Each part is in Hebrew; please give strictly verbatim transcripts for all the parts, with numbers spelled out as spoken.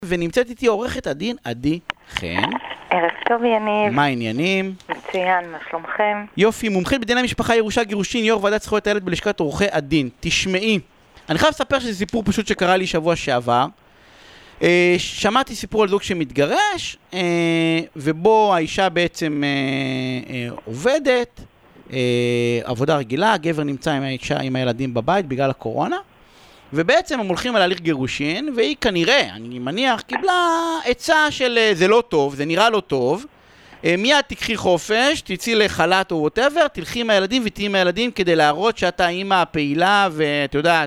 ונמצאת איתי עורכת הדין עדי חן. ערב טוב יניב. מה העניינים? מצוין, מה שלומכם? יופי, מומחית בדיני משפחה, ירושה, גירושין, יו"ר ועדת זכויות הילד בלשכת עורכי הדין. תשמעי, אני חייב לספר שזה סיפור פשוט שקרה לי שבוע שעבר. אה, שמעתי סיפור על זוג שמתגרש, אה, ובו האישה בעצם אה, אה, עובדת, אה, עבודה רגילה, הגבר נמצא עם האישה, עם הילדים בבית בגלל הקורונה. ובעצם הם הולכים על הליך גירושין, והיא כנראה, אני מניח, קיבלה עצה של זה לא טוב, זה נראה לא טוב, מיד תקחי חופש, תצאי לחל"ת או whatever, תלכי עם הילדים ותהיי עם הילדים כדי להראות שאתה האמא הפעילה, ואת יודעת,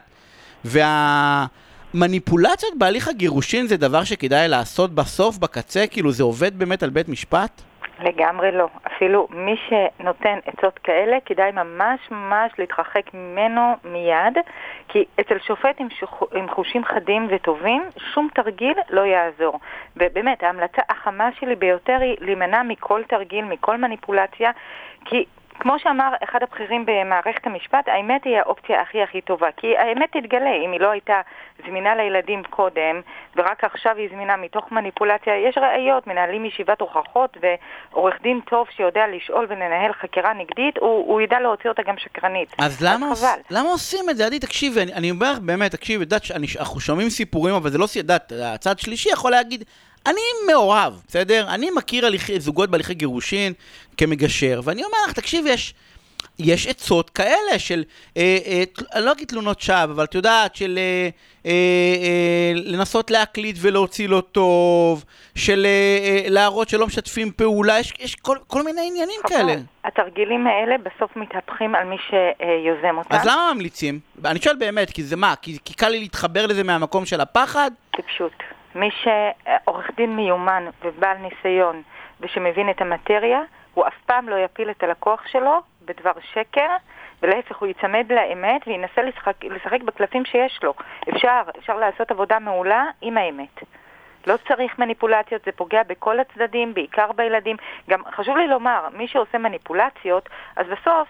והמניפולציות בהליך הגירושין זה דבר שכדאי לעשות בסוף, בקצה, כאילו זה עובד באמת על בית משפט? לגמרי לא. אפילו מי שנותן עצות כאלה, כדאי ממש ממש להתרחק ממנו מיד, כי אצל שופט עם, שוח... עם חושים חדים וטובים, שום תרגיל לא יעזור. ובאמת, ההמלצה החמה שלי ביותר היא להימנע מכל תרגיל, מכל מניפולציה, כי כמו שאמר אחד הבכירים במערכת המשפט, האמת היא האופציה הכי הכי טובה, כי האמת תתגלה. אם היא לא הייתה זמינה לילדים קודם, ורק עכשיו היא זמינה מתוך מניפולציה, יש ראיות, מנהלים ישיבת הוכחות, ועורך דין טוב שיודע לשאול ולנהל חקירה נגדית, הוא, הוא ידע להוציא אותה גם שקרנית. אז למה, עוש... למה עושים את זה? עדי, תקשיבי, אני, אני אומר באמת, תקשיבי, דעת, אנחנו שומעים סיפורים, אבל זה לא סידעת, הצד שלישי יכול להגיד, אני מעורב, בסדר? אני מכיר הליכי, זוגות בהליכי גירושין כמגשר, ואני אומר לך, תקשיב, יש, יש עצות כאלה של, אה, אה, אני לא אגיד תלונות שווא, אבל את יודעת, של אה, אה, אה, לנסות להקליט ולהוציא לו טוב, של אה, אה, להראות שלא משתפים פעולה, יש, יש כל, כל מיני עניינים חבר, כאלה. התרגילים האלה בסוף מתהפכים על מי שיוזם אותם. אז למה ממליצים? אני שואל באמת, כי זה מה? כי, כי קל לי להתחבר לזה מהמקום של הפחד? כפשוט. מי שעורך דין מיומן ובעל ניסיון ושמבין את המטריה, הוא אף פעם לא יפיל את הלקוח שלו בדבר שקר, ולהפך הוא יצמד לאמת וינסה לשחק, לשחק בקלפים שיש לו. אפשר, אפשר לעשות עבודה מעולה עם האמת. לא צריך מניפולציות, זה פוגע בכל הצדדים, בעיקר בילדים. גם חשוב לי לומר, מי שעושה מניפולציות, אז בסוף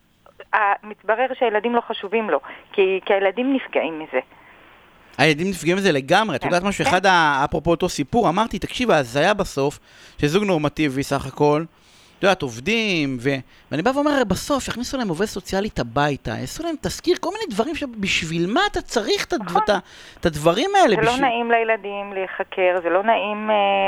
מתברר שהילדים לא חשובים לו, כי, כי הילדים נפגעים מזה. הילדים נפגעים מזה לגמרי, את יודעת משהו, אחד, אפרופו אותו סיפור, אמרתי, תקשיב, אז היה בסוף, שזוג נורמטיבי סך הכל, את יודעת, עובדים, ואני בא ואומר, בסוף, יכניסו להם עובד סוציאלית הביתה, יעשו להם תזכיר, כל מיני דברים שבשביל מה אתה צריך את הדברים האלה? זה לא נעים לילדים להיחקר, זה לא נעים,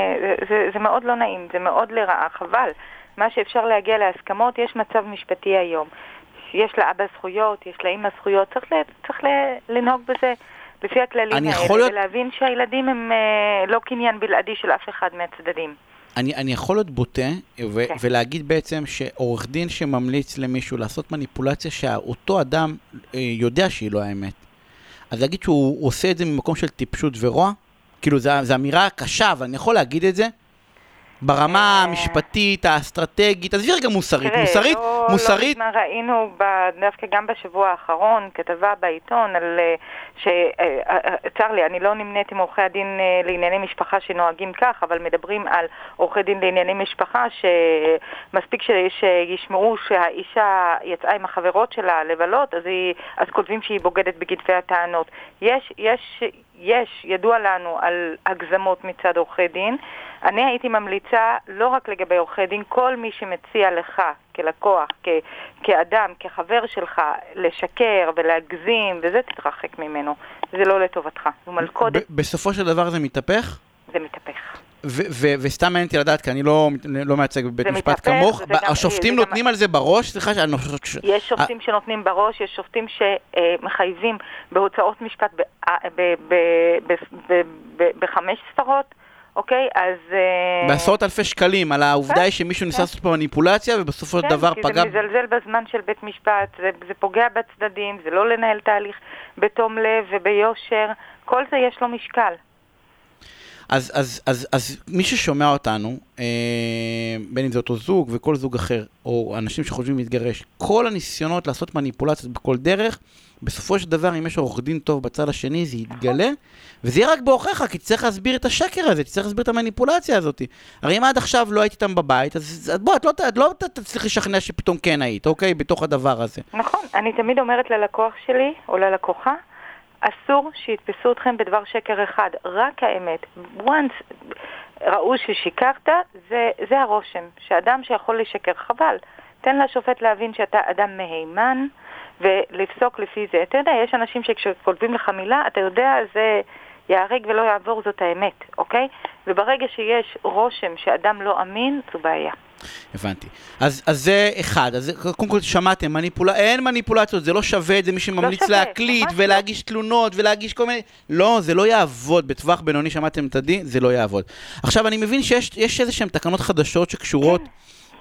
זה מאוד לא נעים, זה מאוד לרעה, חבל. מה שאפשר להגיע להסכמות, יש מצב משפטי היום. יש לאבא זכויות, יש לאמא זכויות, צריך לנהוג בזה. לפי הכללים האלה, להיות... ולהבין שהילדים הם אה, לא קניין בלעדי של אף אחד מהצדדים. אני, אני יכול להיות בוטה, ו- כן. ולהגיד בעצם שעורך דין שממליץ למישהו לעשות מניפולציה שאותו אדם אה, יודע שהיא לא האמת. אז להגיד שהוא עושה את זה ממקום של טיפשות ורוע, כאילו זו, זו אמירה קשה, אבל אני יכול להגיד את זה, ברמה המשפטית, האסטרטגית, אז זה רגע מוסרית, תראה, מוסרית, לא, מוסרית. לא ראינו דווקא גם בשבוע האחרון, כתבה בעיתון על שצר לי, אני לא נמנית עם עורכי הדין לענייני משפחה שנוהגים כך, אבל מדברים על עורכי דין לענייני משפחה שמספיק שישמעו שהאישה יצאה עם החברות שלה לבלות, אז, היא, אז כותבים שהיא בוגדת בגדפי הטענות. יש, יש, יש, ידוע לנו על הגזמות מצד עורכי דין. אני הייתי ממליצה לא רק לגבי עורכי דין, כל מי שמציע לך כלקוח, כ- כאדם, כחבר שלך, לשקר ולהגזים, וזה תתרחק ממנו. זה לא לטובתך. זה מלכודת. ב- בסופו של דבר זה מתהפך? זה מתהפך. ו- ו- וסתם מעניינתי לדעת, כי אני לא, לא מייצג בבית משפט כמוך. השופטים נותנים על זה בראש? סליחה, שאני חושב... יש שופטים שנותנים בראש, יש שופטים שמחייבים בהוצאות משפט בחמש ספרות, אוקיי, אז... בעשרות אלפי שקלים, על העובדה היא שמישהו ניסה לעשות פה מניפולציה, ובסופו של דבר פגע... כן, כי זה מזלזל בזמן של בית משפט, זה פוגע בצדדים, זה לא לנהל תהליך בתום לב וביושר, כל זה יש לו משקל. אז, אז, אז, אז מי ששומע אותנו, אה, בין אם זה אותו זוג וכל זוג אחר, או אנשים שחושבים להתגרש, כל הניסיונות לעשות מניפולציות בכל דרך, בסופו של דבר, אם יש עורך דין טוב בצד השני, זה יתגלה, וזה יהיה רק בהוכחה, כי תצטרך להסביר את השקר הזה, תצטרך להסביר את המניפולציה הזאת. הרי אם עד עכשיו לא היית איתם בבית, אז בוא, את לא, את לא תצליח לשכנע שפתאום כן היית, אוקיי? בתוך הדבר הזה. נכון, אני תמיד אומרת ללקוח שלי, או ללקוחה, אסור שיתפסו אתכם בדבר שקר אחד, רק האמת. once ראו ששיקרת, זה, זה הרושם, שאדם שיכול לשקר חבל. תן לשופט להבין שאתה אדם מהימן, ולפסוק לפי זה. אתה יודע, יש אנשים שכשכותבים לך מילה, אתה יודע, זה יהרג ולא יעבור, זאת האמת, אוקיי? וברגע שיש רושם שאדם לא אמין, זו בעיה. הבנתי. אז, אז זה אחד. אז קודם כל שמעתם, מניפול... אין מניפולציות, זה לא שווה את זה, מי שממליץ לא להקליט ולהגיש לא. תלונות ולהגיש כל מיני... לא, זה לא יעבוד. בטווח בינוני שמעתם את הדין, זה לא יעבוד. עכשיו, אני מבין שיש יש איזה שהן תקנות חדשות שקשורות... כן.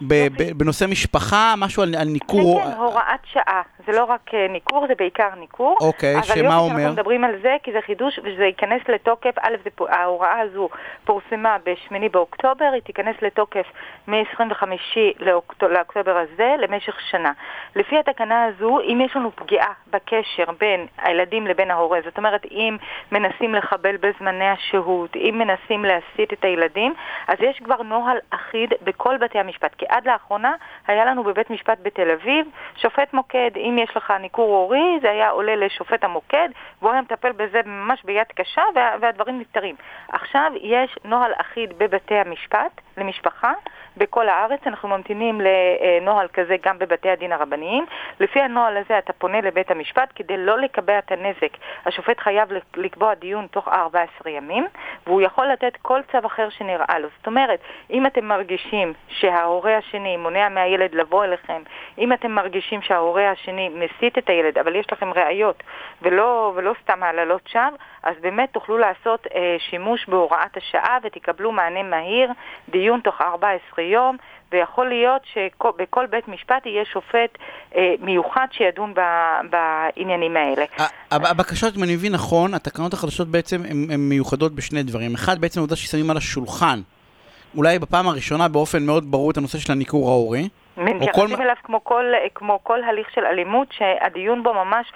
בנושא משפחה, משהו על ניכור... כן, הוראת שעה. זה לא רק ניכור, זה בעיקר ניכור. אוקיי, שמה אומר? אנחנו מדברים על זה, כי זה חידוש, וזה ייכנס לתוקף, א', ההוראה הזו פורסמה בשמיני באוקטובר, היא תיכנס לתוקף מ-עשרים וחמישה לאוקטובר הזה, למשך שנה. לפי התקנה הזו, אם יש לנו פגיעה בקשר בין הילדים לבין ההורה, זאת אומרת, אם מנסים לחבל בזמני השהות, אם מנסים להסיט את הילדים, אז יש כבר נוהל אחיד בכל בתי המשפט. כי עד לאחרונה היה לנו בבית משפט בתל אביב, שופט מוקד, אם יש לך ניכור הורי, זה היה עולה לשופט המוקד, והוא היה מטפל בזה ממש ביד קשה, וה, והדברים נפתרים. עכשיו יש נוהל אחיד בבתי המשפט למשפחה, בכל הארץ. אנחנו ממתינים לנוהל כזה גם בבתי הדין הרבניים. לפי הנוהל הזה אתה פונה לבית המשפט כדי לא לקבע את הנזק. השופט חייב לקבוע דיון תוך ארבעה עשר ימים, והוא יכול לתת כל צו אחר שנראה לו. זאת אומרת, אם אתם מרגישים שההורה השני מונע מהילד לבוא אליכם, אם אתם מרגישים שההורה השני מסית את הילד, אבל יש לכם ראיות ולא, ולא סתם העללות שווא, אז באמת תוכלו לעשות אה, שימוש בהוראת השעה ותקבלו מענה מהיר, דיון תוך ארבעה עשר יום, ויכול להיות שבכל בית משפט יהיה שופט אה, מיוחד שידון ב, בעניינים האלה. הבקשות, אם אני מבין נכון, התקנות החדשות בעצם הן מיוחדות בשני דברים. אחד, בעצם עובדה ששמים על השולחן, אולי בפעם הראשונה באופן מאוד ברור את הנושא של הניכור ההורי. מתייחסים אליו כמו כל, כמו כל הליך של אלימות, שהדיון בו ממש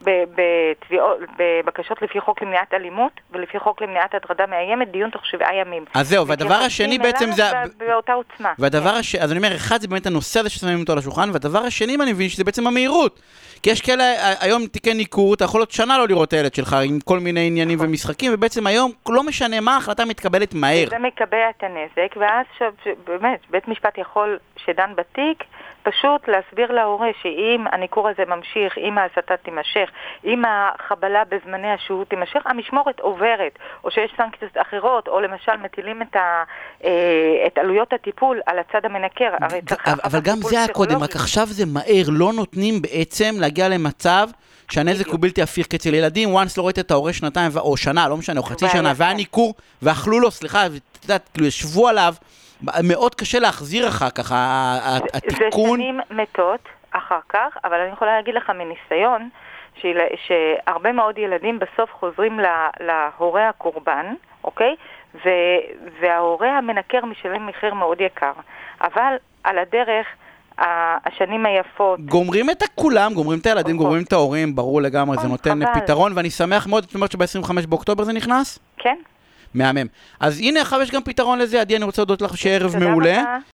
בתביעות, בבקשות לפי חוק למניעת אלימות ולפי חוק למניעת הטרדה מאיימת, דיון תוך שבעה ימים. אז זהו, והדבר השני בעצם זה... באותה עוצמה. והדבר השני, אז אני אומר, אחד זה באמת הנושא הזה ששמים אותו על השולחן, והדבר השני, אני מבין שזה בעצם המהירות. כי יש כאלה, היום תיקי ניכור, אתה יכול להיות שנה לא לראות את הילד שלך עם כל מיני עניינים ומשחקים, ובעצם היום לא משנה מה, ההחלטה מתקבלת מהר. זה מקבע את הנזק, ואז באמת, בית משפט יכול שדן בתיק, פשוט להסביר להורה שאם הניכור הזה ממשיך, אם ההסתה תימשך, אם החבלה בזמני השהות תימשך, המשמורת עוברת, או שיש סנקציות אחרות, או למשל מטילים את, ה, את עלויות הטיפול על הצד המנקר. אבל גם זה הקודם, רק עכשיו זה מהר, לא נותנים בעצם להגיע למצב שהנזק הוא בלתי הפיך, כי אצל ילדים, once לא ראית את ההורה שנתיים, או שנה, לא משנה, או חצי שנה, והיה ניכור, ואכלו לו, סליחה, ואת יודעת, כאילו ישבו עליו, מאוד קשה להחזיר אחר כך, התיקון... זה שנים מתות אחר כך, אבל אני יכולה להגיד לך מניסיון, שהרבה מאוד ילדים בסוף חוזרים להורה הקורבן, אוקיי? וההורה המנקר משלם מחיר מאוד יקר. אבל על הדרך, השנים היפות... גומרים את הכולם, גומרים את הילדים, גומרים את ההורים, ברור לגמרי, זה נותן פתרון, ואני שמח מאוד, זאת אומרת שב-עשרים וחמישה באוקטובר זה נכנס? כן. מהמם. אז הנה, עכשיו יש גם פתרון לזה. עדי, אני רוצה להודות לך שערב מעולה.